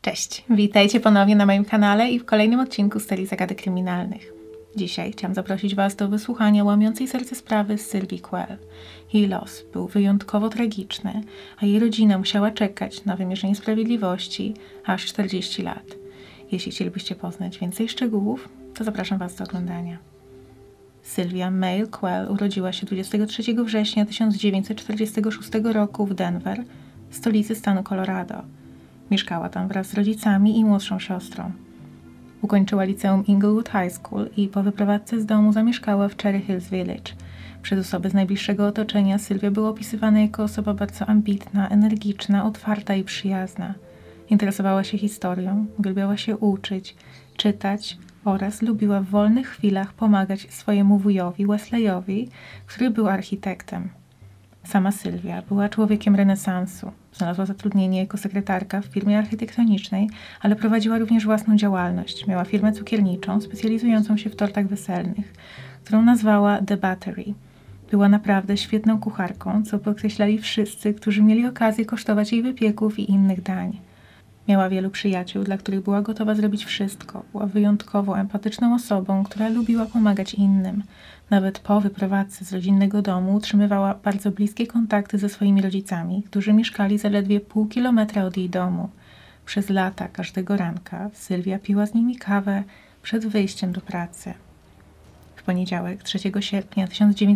Cześć, witajcie ponownie na moim kanale i w kolejnym odcinku z serii Zagadek Kryminalnych. Dzisiaj chciałam zaprosić Was do wysłuchania łamiącej serce sprawy Sylwii Quell. Jej los był wyjątkowo tragiczny, a jej rodzina musiała czekać na wymierzenie sprawiedliwości aż 40 lat. Jeśli chcielibyście poznać więcej szczegółów, to zapraszam Was do oglądania. Sylwia May Quell urodziła się 23 września 1946 roku w Denver, stolicy stanu Colorado. Mieszkała tam wraz z rodzicami i młodszą siostrą. Ukończyła liceum Inglewood High School i po wyprowadzce z domu zamieszkała w Cherry Hills Village. Przez osoby z najbliższego otoczenia Sylwia była opisywana jako osoba bardzo ambitna, energiczna, otwarta i przyjazna. Interesowała się historią, uwielbiała się uczyć, czytać oraz lubiła w wolnych chwilach pomagać swojemu wujowi Wesleyowi, który był architektem. Sama Sylwia była człowiekiem renesansu. Znalazła zatrudnienie jako sekretarka w firmie architektonicznej, ale prowadziła również własną działalność. Miała firmę cukierniczą specjalizującą się w tortach weselnych, którą nazwała The Battery. Była naprawdę świetną kucharką, co podkreślali wszyscy, którzy mieli okazję kosztować jej wypieków i innych dań. Miała wielu przyjaciół, dla których była gotowa zrobić wszystko. Była wyjątkowo empatyczną osobą, która lubiła pomagać innym. Nawet po wyprowadzce z rodzinnego domu utrzymywała bardzo bliskie kontakty ze swoimi rodzicami, którzy mieszkali zaledwie pół kilometra od jej domu. Przez lata każdego ranka Sylwia piła z nimi kawę przed wyjściem do pracy. W poniedziałek, 3 sierpnia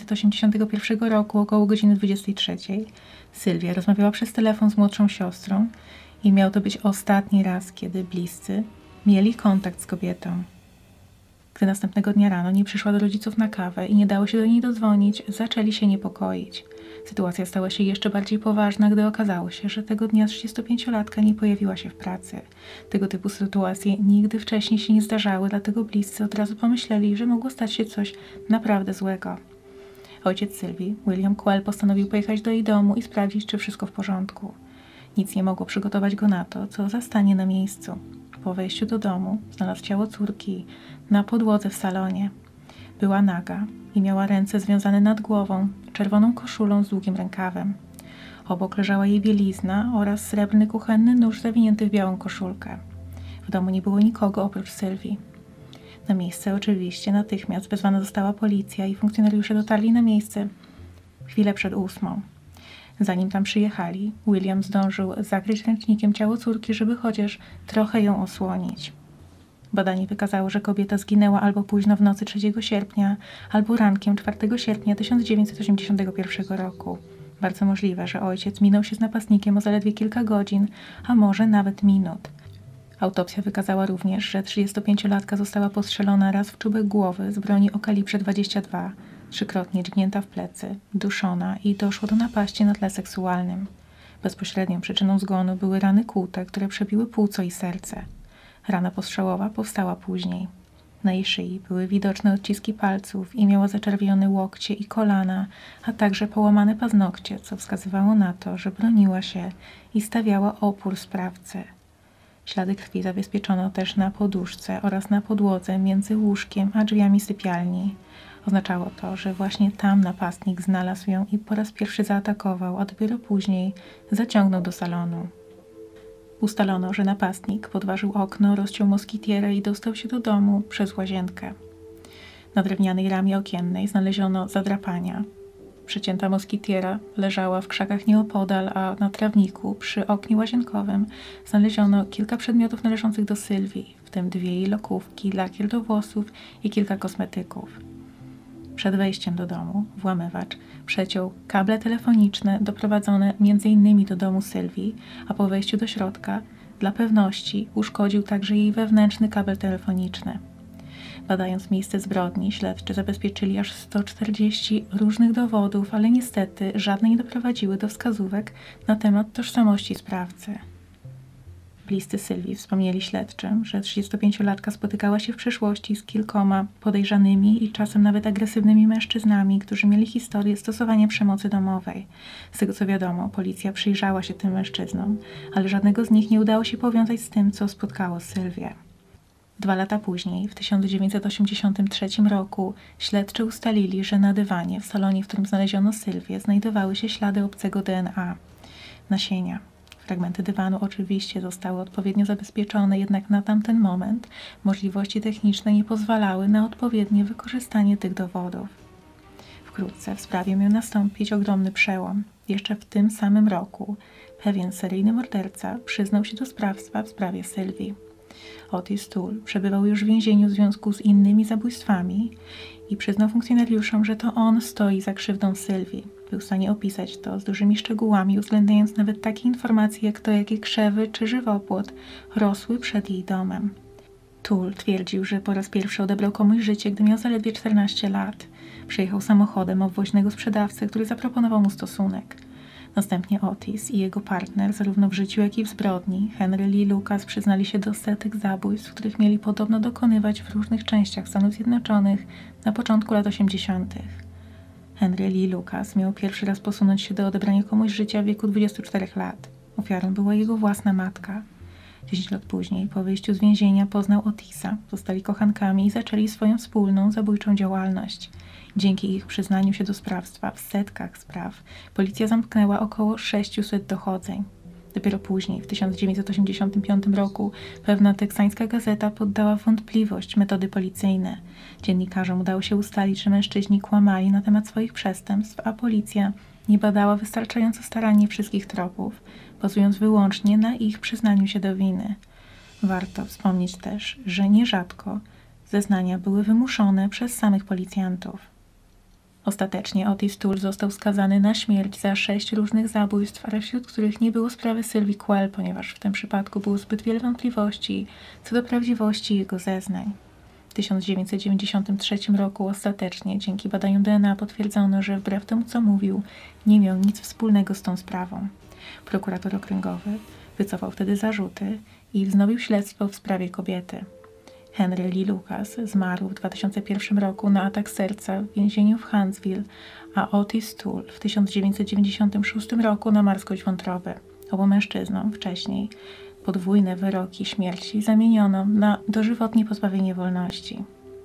1981 roku, około godziny 23, Sylwia rozmawiała przez telefon z młodszą siostrą i miał to być ostatni raz, kiedy bliscy mieli kontakt z kobietą. Gdy następnego dnia rano nie przyszła do rodziców na kawę i nie dało się do niej dodzwonić, zaczęli się niepokoić. Sytuacja stała się jeszcze bardziej poważna, gdy okazało się, że tego dnia 35-latka nie pojawiła się w pracy. Tego typu sytuacje nigdy wcześniej się nie zdarzały, dlatego bliscy od razu pomyśleli, że mogło stać się coś naprawdę złego. Ojciec Sylwii, William Quell, postanowił pojechać do jej domu i sprawdzić, czy wszystko w porządku. Nic nie mogło przygotować go na to, co zastanie na miejscu. Po wejściu do domu znalazł ciało córki na podłodze w salonie. Była naga i miała ręce związane nad głową czerwoną koszulą z długim rękawem. Obok leżała jej bielizna oraz srebrny kuchenny nóż zawinięty w białą koszulkę. W domu nie było nikogo oprócz Sylwii. Na miejsce oczywiście natychmiast wezwana została policja i funkcjonariusze dotarli na miejsce chwilę przed 8. Zanim tam przyjechali, William zdążył zakryć ręcznikiem ciało córki, żeby chociaż trochę ją osłonić. Badanie wykazało, że kobieta zginęła albo późno w nocy 3 sierpnia, albo rankiem 4 sierpnia 1981 roku. Bardzo możliwe, że ojciec minął się z napastnikiem o zaledwie kilka godzin, a może nawet minut. Autopsja wykazała również, że 35-latka została postrzelona raz w czubek głowy z broni o kalibrze 22, trzykrotnie dźgnięta w plecy, duszona i doszło do napaści na tle seksualnym. Bezpośrednią przyczyną zgonu były rany kłute, które przebiły płuco i serce. Rana postrzałowa powstała później. Na jej szyi były widoczne odciski palców i miała zaczerwione łokcie i kolana, a także połamane paznokcie, co wskazywało na to, że broniła się i stawiała opór sprawcy. Ślady krwi zabezpieczono też na poduszce oraz na podłodze między łóżkiem a drzwiami sypialni. Oznaczało to, że właśnie tam napastnik znalazł ją i po raz pierwszy zaatakował, a dopiero później zaciągnął do salonu. Ustalono, że napastnik podważył okno, rozciął moskitierę i dostał się do domu przez łazienkę. Na drewnianej ramie okiennej znaleziono zadrapania. Przecięta moskitiera leżała w krzakach nieopodal, a na trawniku przy oknie łazienkowym znaleziono kilka przedmiotów należących do Sylwii, w tym 2 jej lokówki, lakier do włosów i kilka kosmetyków. Przed wejściem do domu włamywacz przeciął kable telefoniczne doprowadzone m.in. do domu Sylwii, a po wejściu do środka dla pewności uszkodził także jej wewnętrzny kabel telefoniczny. Badając miejsce zbrodni, śledczy zabezpieczyli aż 140 różnych dowodów, ale niestety żadne nie doprowadziły do wskazówek na temat tożsamości sprawcy. Bliscy Sylwii wspomnieli śledczym, że 35-latka spotykała się w przeszłości z kilkoma podejrzanymi i czasem nawet agresywnymi mężczyznami, którzy mieli historię stosowania przemocy domowej. Z tego co wiadomo, policja przyjrzała się tym mężczyznom, ale żadnego z nich nie udało się powiązać z tym, co spotkało Sylwię. 2 lata później, w 1983 roku, śledczy ustalili, że na dywanie w salonie, w którym znaleziono Sylwię, znajdowały się ślady obcego DNA. Nasienia. Fragmenty dywanu oczywiście zostały odpowiednio zabezpieczone, jednak na tamten moment możliwości techniczne nie pozwalały na odpowiednie wykorzystanie tych dowodów. Wkrótce w sprawie miał nastąpić ogromny przełom. Jeszcze w tym samym roku pewien seryjny morderca przyznał się do sprawstwa w sprawie Sylwii. Otis Toole przebywał już w więzieniu w związku z innymi zabójstwami i przyznał funkcjonariuszom, że to on stoi za krzywdą Sylwii. Był w stanie opisać to z dużymi szczegółami, uwzględniając nawet takie informacje jak to, jakie krzewy czy żywopłot rosły przed jej domem. Toole twierdził, że po raz pierwszy odebrał komuś życie, gdy miał zaledwie 14 lat. Przyjechał samochodem obwoźnego sprzedawcę, który zaproponował mu stosunek. Następnie Otis i jego partner, zarówno w życiu, jak i w zbrodni, Henry Lee Lucas, przyznali się do setek zabójstw, których mieli podobno dokonywać w różnych częściach Stanów Zjednoczonych na początku lat 80. Henry Lee Lucas miał pierwszy raz posunąć się do odebrania komuś życia w wieku 24 lat. Ofiarą była jego własna matka. 10 lat później, po wyjściu z więzienia, poznał Otisa, zostali kochankami i zaczęli swoją wspólną, zabójczą działalność. Dzięki ich przyznaniu się do sprawstwa w setkach spraw, policja zamknęła około 600 dochodzeń. Dopiero później, w 1985 roku, pewna teksańska gazeta poddała w wątpliwość metody policyjne. Dziennikarzom udało się ustalić, że mężczyźni kłamali na temat swoich przestępstw, a policja nie badała wystarczająco starannie wszystkich tropów, bazując wyłącznie na ich przyznaniu się do winy. Warto wspomnieć też, że nierzadko zeznania były wymuszone przez samych policjantów. Ostatecznie Otis Toole został skazany na śmierć za 6 różnych zabójstw, ale wśród których nie było sprawy Sylwii Quell, ponieważ w tym przypadku było zbyt wiele wątpliwości co do prawdziwości jego zeznań. W 1993 roku ostatecznie dzięki badaniom DNA potwierdzono, że wbrew temu co mówił, nie miał nic wspólnego z tą sprawą. Prokurator okręgowy wycofał wtedy zarzuty i wznowił śledztwo w sprawie kobiety. Henry Lee Lucas zmarł w 2001 roku na atak serca w więzieniu w Huntsville, a Otis Toole w 1996 roku na marskość wątroby. Obu mężczyznom wcześniej podwójne wyroki śmierci zamieniono na dożywotnie pozbawienie wolności.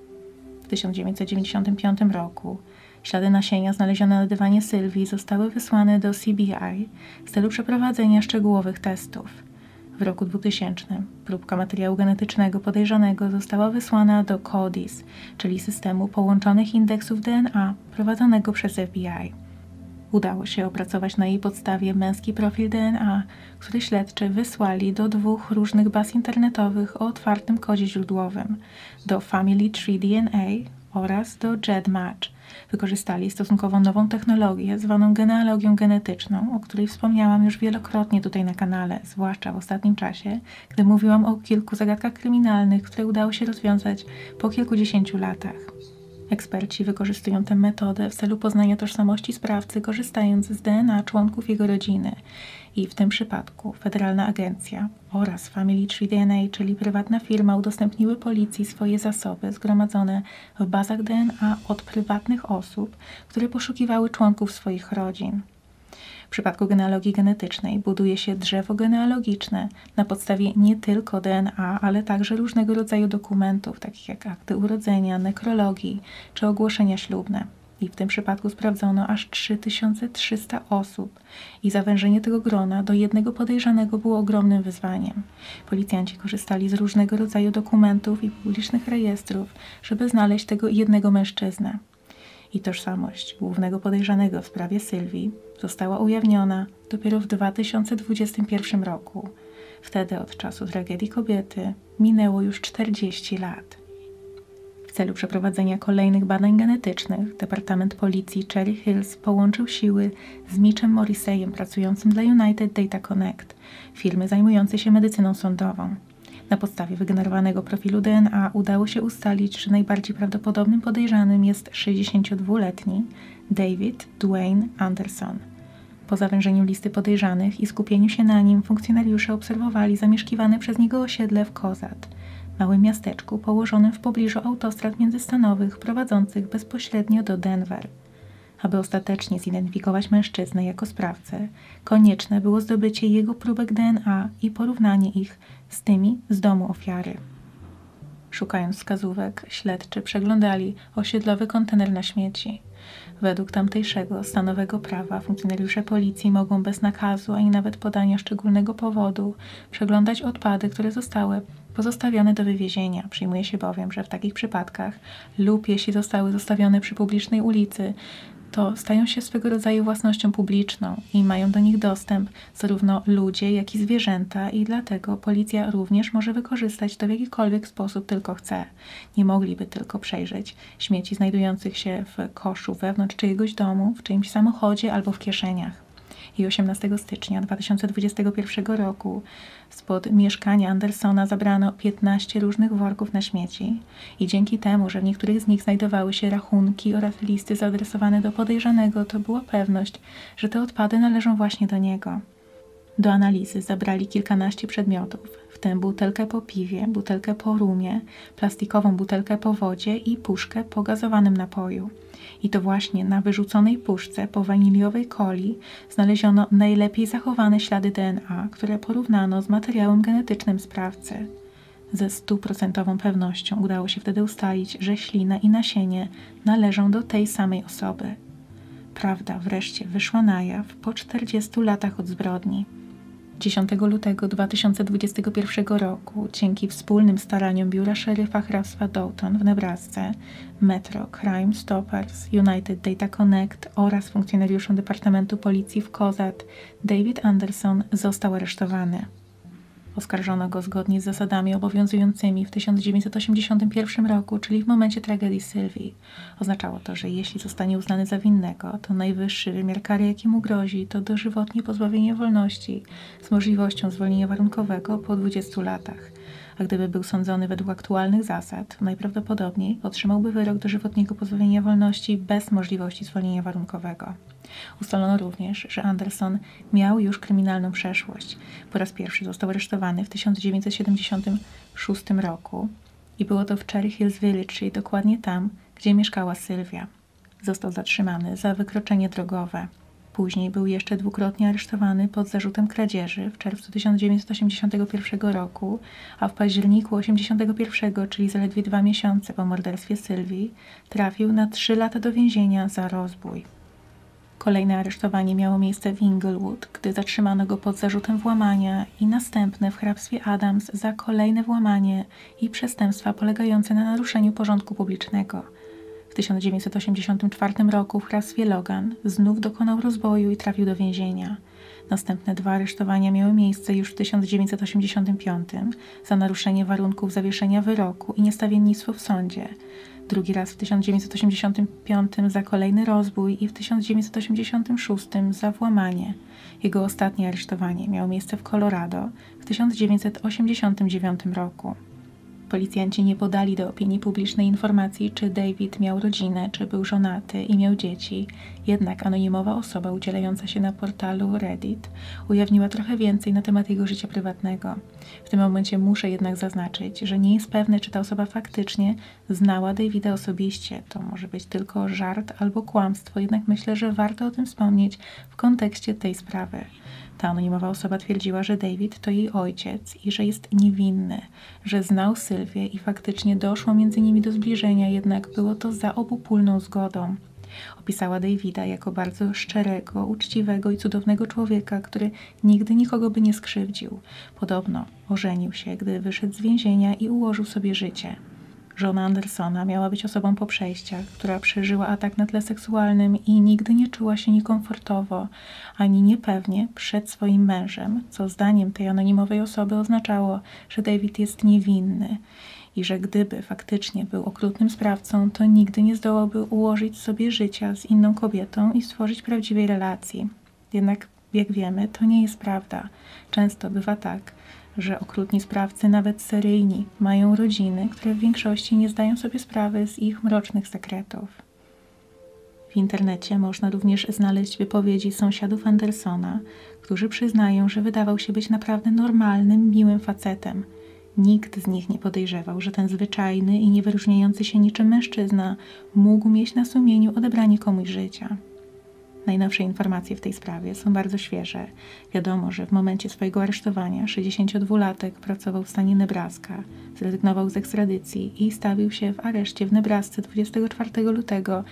W 1995 roku ślady nasienia znalezione na dywanie Sylwii zostały wysłane do CBI w celu przeprowadzenia szczegółowych testów. W roku 2000 próbka materiału genetycznego podejrzanego została wysłana do CODIS, czyli systemu połączonych indeksów DNA prowadzonego przez FBI. Udało się opracować na jej podstawie męski profil DNA, który śledczy wysłali do 2 różnych baz internetowych o otwartym kodzie źródłowym, do Family Tree DNA oraz do GEDmatch. Wykorzystali stosunkowo nową technologię zwaną genealogią genetyczną, o której wspomniałam już wielokrotnie tutaj na kanale, zwłaszcza w ostatnim czasie, gdy mówiłam o kilku zagadkach kryminalnych, które udało się rozwiązać po kilkudziesięciu latach. Eksperci wykorzystują tę metodę w celu poznania tożsamości sprawcy, korzystając z DNA członków jego rodziny. I w tym przypadku Federalna Agencja oraz Family Tree DNA, czyli prywatna firma, udostępniły policji swoje zasoby zgromadzone w bazach DNA od prywatnych osób, które poszukiwały członków swoich rodzin. W przypadku genealogii genetycznej buduje się drzewo genealogiczne na podstawie nie tylko DNA, ale także różnego rodzaju dokumentów, takich jak akty urodzenia, nekrologii czy ogłoszenia ślubne. I w tym przypadku sprawdzono aż 3300 osób i zawężenie tego grona do jednego podejrzanego było ogromnym wyzwaniem. Policjanci korzystali z różnego rodzaju dokumentów i publicznych rejestrów, żeby znaleźć tego jednego mężczyznę. I tożsamość głównego podejrzanego w sprawie Sylwii została ujawniona dopiero w 2021 roku. Wtedy od czasu tragedii kobiety minęło już 40 lat. W celu przeprowadzenia kolejnych badań genetycznych Departament Policji Cherry Hills połączył siły z Mitchem Morrisseyem pracującym dla United Data Connect, firmy zajmującej się medycyną sądową. Na podstawie wygenerowanego profilu DNA udało się ustalić, że najbardziej prawdopodobnym podejrzanym jest 62-letni David Dwayne Anderson. Po zawężeniu listy podejrzanych i skupieniu się na nim funkcjonariusze obserwowali zamieszkiwane przez niego osiedle w Cozad, małym miasteczku położonym w pobliżu autostrad międzystanowych prowadzących bezpośrednio do Denver. Aby ostatecznie zidentyfikować mężczyznę jako sprawcę, konieczne było zdobycie jego próbek DNA i porównanie ich z tymi z domu ofiary. Szukając wskazówek, śledczy przeglądali osiedlowy kontener na śmieci. Według tamtejszego stanowego prawa funkcjonariusze policji mogą bez nakazu ani nawet podania szczególnego powodu przeglądać odpady, które zostały pozostawione do wywiezienia. Przyjmuje się bowiem, że w takich przypadkach lub jeśli zostały zostawione przy publicznej ulicy, to stają się swego rodzaju własnością publiczną i mają do nich dostęp zarówno ludzie, jak i zwierzęta i dlatego policja również może wykorzystać to w jakikolwiek sposób tylko chce. Nie mogliby tylko przejrzeć śmieci znajdujących się w koszu wewnątrz czyjegoś domu, w czyimś samochodzie albo w kieszeniach. I 18 stycznia 2021 roku spod mieszkania Andersona zabrano 15 różnych worków na śmieci i dzięki temu, że w niektórych z nich znajdowały się rachunki oraz listy zaadresowane do podejrzanego, to była pewność, że te odpady należą właśnie do niego. Do analizy zabrali kilkanaście przedmiotów, w tym butelkę po piwie, butelkę po rumie, plastikową butelkę po wodzie i puszkę po gazowanym napoju. I to właśnie na wyrzuconej puszce po waniliowej coli znaleziono najlepiej zachowane ślady DNA, które porównano z materiałem genetycznym sprawcy. Ze 100% pewnością udało się wtedy ustalić, że ślina i nasienie należą do tej samej osoby. Prawda wreszcie wyszła na jaw po 40 latach od zbrodni. 10 lutego 2021 roku, dzięki wspólnym staraniom biura szeryfa hrabstwa Dalton w Nebrasce, Metro Crime Stoppers, United Data Connect oraz funkcjonariuszom Departamentu Policji w Cozad, David Anderson został aresztowany. Oskarżono go zgodnie z zasadami obowiązującymi w 1981 roku, czyli w momencie tragedii Sylwii. Oznaczało to, że jeśli zostanie uznany za winnego, to najwyższy wymiar kary, jaki mu grozi, to dożywotnie pozbawienie wolności z możliwością zwolnienia warunkowego po 20 latach. A gdyby był sądzony według aktualnych zasad, najprawdopodobniej otrzymałby wyrok dożywotniego pozbawienia wolności bez możliwości zwolnienia warunkowego. Ustalono również, że Anderson miał już kryminalną przeszłość. Po raz pierwszy został aresztowany w 1976 roku i było to w Cherry Hills Village, czyli dokładnie tam, gdzie mieszkała Sylwia. Został zatrzymany za wykroczenie drogowe. Później był jeszcze dwukrotnie aresztowany pod zarzutem kradzieży w czerwcu 1981 roku, a w październiku 1981, czyli zaledwie 2 miesiące po morderstwie Sylwii, trafił na 3 lata do więzienia za rozbój. Kolejne aresztowanie miało miejsce w Inglewood, gdy zatrzymano go pod zarzutem włamania i następne w hrabstwie Adams za kolejne włamanie i przestępstwa polegające na naruszeniu porządku publicznego. W 1984 roku w hrabstwie Logan znów dokonał rozboju i trafił do więzienia. Następne 2 aresztowania miały miejsce już w 1985 za naruszenie warunków zawieszenia wyroku i niestawiennictwo w sądzie. Drugi raz w 1985 za kolejny rozbój i w 1986 za włamanie. Jego ostatnie aresztowanie miało miejsce w Colorado w 1989 roku. Policjanci nie podali do opinii publicznej informacji, czy David miał rodzinę, czy był żonaty i miał dzieci, jednak anonimowa osoba udzielająca się na portalu Reddit ujawniła trochę więcej na temat jego życia prywatnego. W tym momencie muszę jednak zaznaczyć, że nie jest pewne, czy ta osoba faktycznie znała Davida osobiście. To może być tylko żart albo kłamstwo, jednak myślę, że warto o tym wspomnieć w kontekście tej sprawy. Ta anonimowa osoba twierdziła, że David to jej ojciec i że jest niewinny, że znał Sylwię i faktycznie doszło między nimi do zbliżenia, jednak było to za obopólną zgodą. Opisała Davida jako bardzo szczerego, uczciwego i cudownego człowieka, który nigdy nikogo by nie skrzywdził. Podobno ożenił się, gdy wyszedł z więzienia i ułożył sobie życie. Żona Andersona miała być osobą po przejściach, która przeżyła atak na tle seksualnym i nigdy nie czuła się niekomfortowo, ani niepewnie przed swoim mężem, co zdaniem tej anonimowej osoby oznaczało, że David jest niewinny i że gdyby faktycznie był okrutnym sprawcą, to nigdy nie zdołałby ułożyć sobie życia z inną kobietą i stworzyć prawdziwej relacji. Jednak, jak wiemy, to nie jest prawda. Często bywa tak, że okrutni sprawcy, nawet seryjni, mają rodziny, które w większości nie zdają sobie sprawy z ich mrocznych sekretów. W internecie można również znaleźć wypowiedzi sąsiadów Andersona, którzy przyznają, że wydawał się być naprawdę normalnym, miłym facetem. Nikt z nich nie podejrzewał, że ten zwyczajny i niewyróżniający się niczym mężczyzna mógł mieć na sumieniu odebranie komuś życia. Najnowsze informacje w tej sprawie są bardzo świeże. Wiadomo, że w momencie swojego aresztowania 62-latek pracował w stanie Nebraska, zrezygnował z ekstradycji i stawił się w areszcie w Nebrasce 24 lutego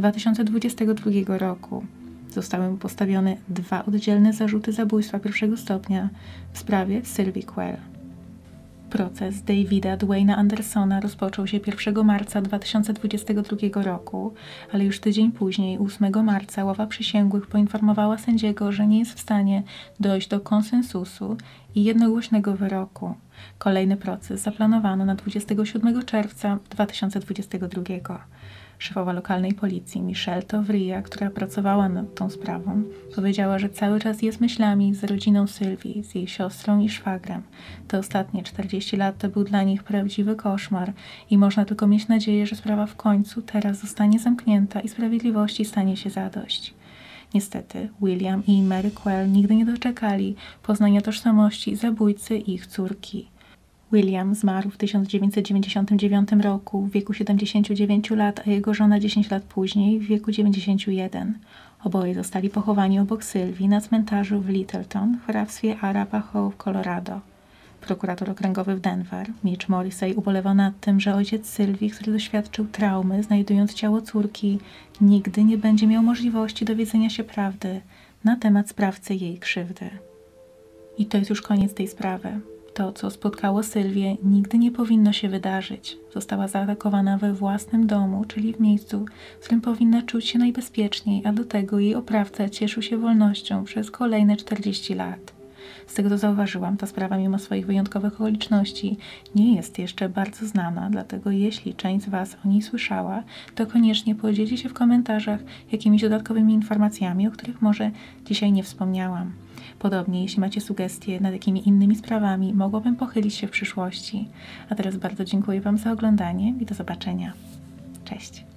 2022 roku. Zostały mu postawione 2 oddzielne zarzuty zabójstwa pierwszego stopnia w sprawie Sylvie Quell. Proces Davida Dwayna Andersona rozpoczął się 1 marca 2022 roku, ale już tydzień później, 8 marca, ława przysięgłych poinformowała sędziego, że nie jest w stanie dojść do konsensusu i jednogłośnego wyroku. Kolejny proces zaplanowano na 27 czerwca 2022. Szefowa lokalnej policji Michelle Tovria, która pracowała nad tą sprawą, powiedziała, że cały czas jest myślami z rodziną Sylwii, z jej siostrą i szwagrem. Te ostatnie 40 lat to był dla nich prawdziwy koszmar i można tylko mieć nadzieję, że sprawa w końcu teraz zostanie zamknięta i sprawiedliwości stanie się zadość. Niestety, William i Mary Quell nigdy nie doczekali poznania tożsamości zabójcy ich córki. William zmarł w 1999 roku w wieku 79 lat, a jego żona 10 lat później w wieku 91. Oboje zostali pochowani obok Sylwii na cmentarzu w Littleton w hrabstwie Arapahoe w Colorado. Prokurator okręgowy w Denver, Mitch Morrissey, ubolewał nad tym, że ojciec Sylwii, który doświadczył traumy, znajdując ciało córki, nigdy nie będzie miał możliwości dowiedzenia się prawdy na temat sprawcy jej krzywdy. I to jest już koniec tej sprawy. To, co spotkało Sylwię, nigdy nie powinno się wydarzyć. Została zaatakowana we własnym domu, czyli w miejscu, w którym powinna czuć się najbezpieczniej, a do tego jej oprawca cieszył się wolnością przez kolejne 40 lat. Z tego, co zauważyłam, ta sprawa, mimo swoich wyjątkowych okoliczności, nie jest jeszcze bardzo znana, dlatego jeśli część z Was o niej słyszała, to koniecznie podzielcie się w komentarzach jakimiś dodatkowymi informacjami, o których może dzisiaj nie wspomniałam. Podobnie, jeśli macie sugestie nad jakimi innymi sprawami, mogłabym pochylić się w przyszłości. A teraz bardzo dziękuję Wam za oglądanie i do zobaczenia. Cześć!